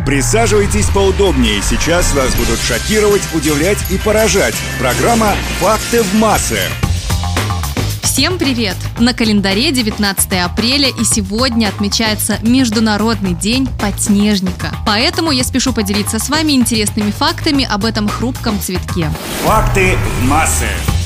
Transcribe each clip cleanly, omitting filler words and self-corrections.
Присаживайтесь поудобнее, сейчас вас будут шокировать, удивлять и поражать. Программа «Факты в массы». Всем привет! На календаре 19 апреля и сегодня отмечается Международный день подснежника. Поэтому я спешу поделиться с вами интересными фактами об этом хрупком цветке. Факты в массы.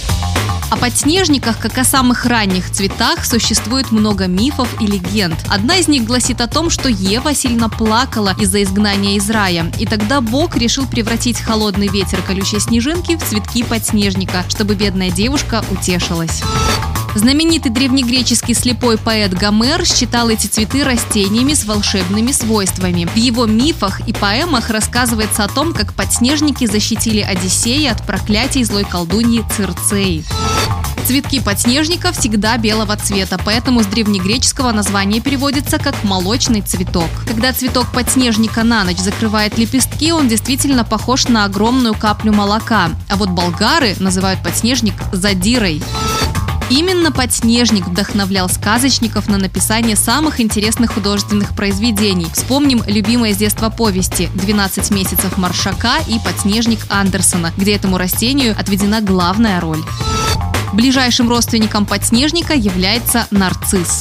О подснежниках, как о самых ранних цветах, существует много мифов и легенд. Одна из них гласит о том, что Ева сильно плакала из-за изгнания из рая. И тогда Бог решил превратить холодный ветер колючей снежинки в цветки подснежника, чтобы бедная девушка утешилась. Знаменитый древнегреческий слепой поэт Гомер считал эти цветы растениями с волшебными свойствами. В его мифах и поэмах рассказывается о том, как подснежники защитили Одиссея от проклятий злой колдуньи Цирцеи. Цветки подснежника всегда белого цвета, поэтому с древнегреческого название переводится как «молочный цветок». Когда цветок подснежника на ночь закрывает лепестки, он действительно похож на огромную каплю молока. А вот болгары называют подснежник задирой. Именно подснежник вдохновлял сказочников на написание самых интересных художественных произведений. Вспомним любимые с детства повести «12 месяцев Маршака» и «Подснежник» Андерсона, где этому растению отведена главная роль. Ближайшим родственником подснежника является нарцисс.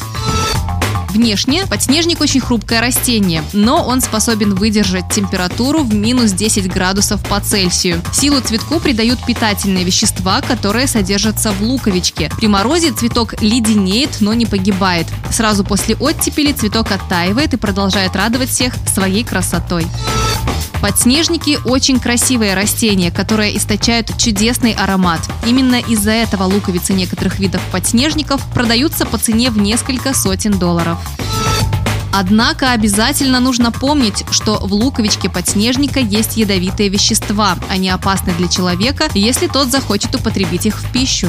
Внешне подснежник очень хрупкое растение, но он способен выдержать температуру в минус 10 градусов по Цельсию. Силу цветку придают питательные вещества, которые содержатся в луковичке. При морозе цветок леденеет, но не погибает. Сразу после оттепели цветок оттаивает и продолжает радовать всех своей красотой. Подснежники – очень красивые растения, которые источают чудесный аромат. Именно из-за этого луковицы некоторых видов подснежников продаются по цене в несколько сотен долларов. Однако обязательно нужно помнить, что в луковичке подснежника есть ядовитые вещества. Они опасны для человека, если тот захочет употребить их в пищу.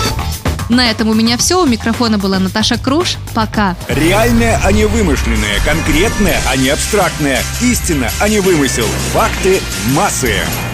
На этом у меня все. У микрофона была Наташа Круш. Пока. Реальное, а не вымышленное. Конкретное, а не абстрактное. Истина, а не вымысел. Факты в массы.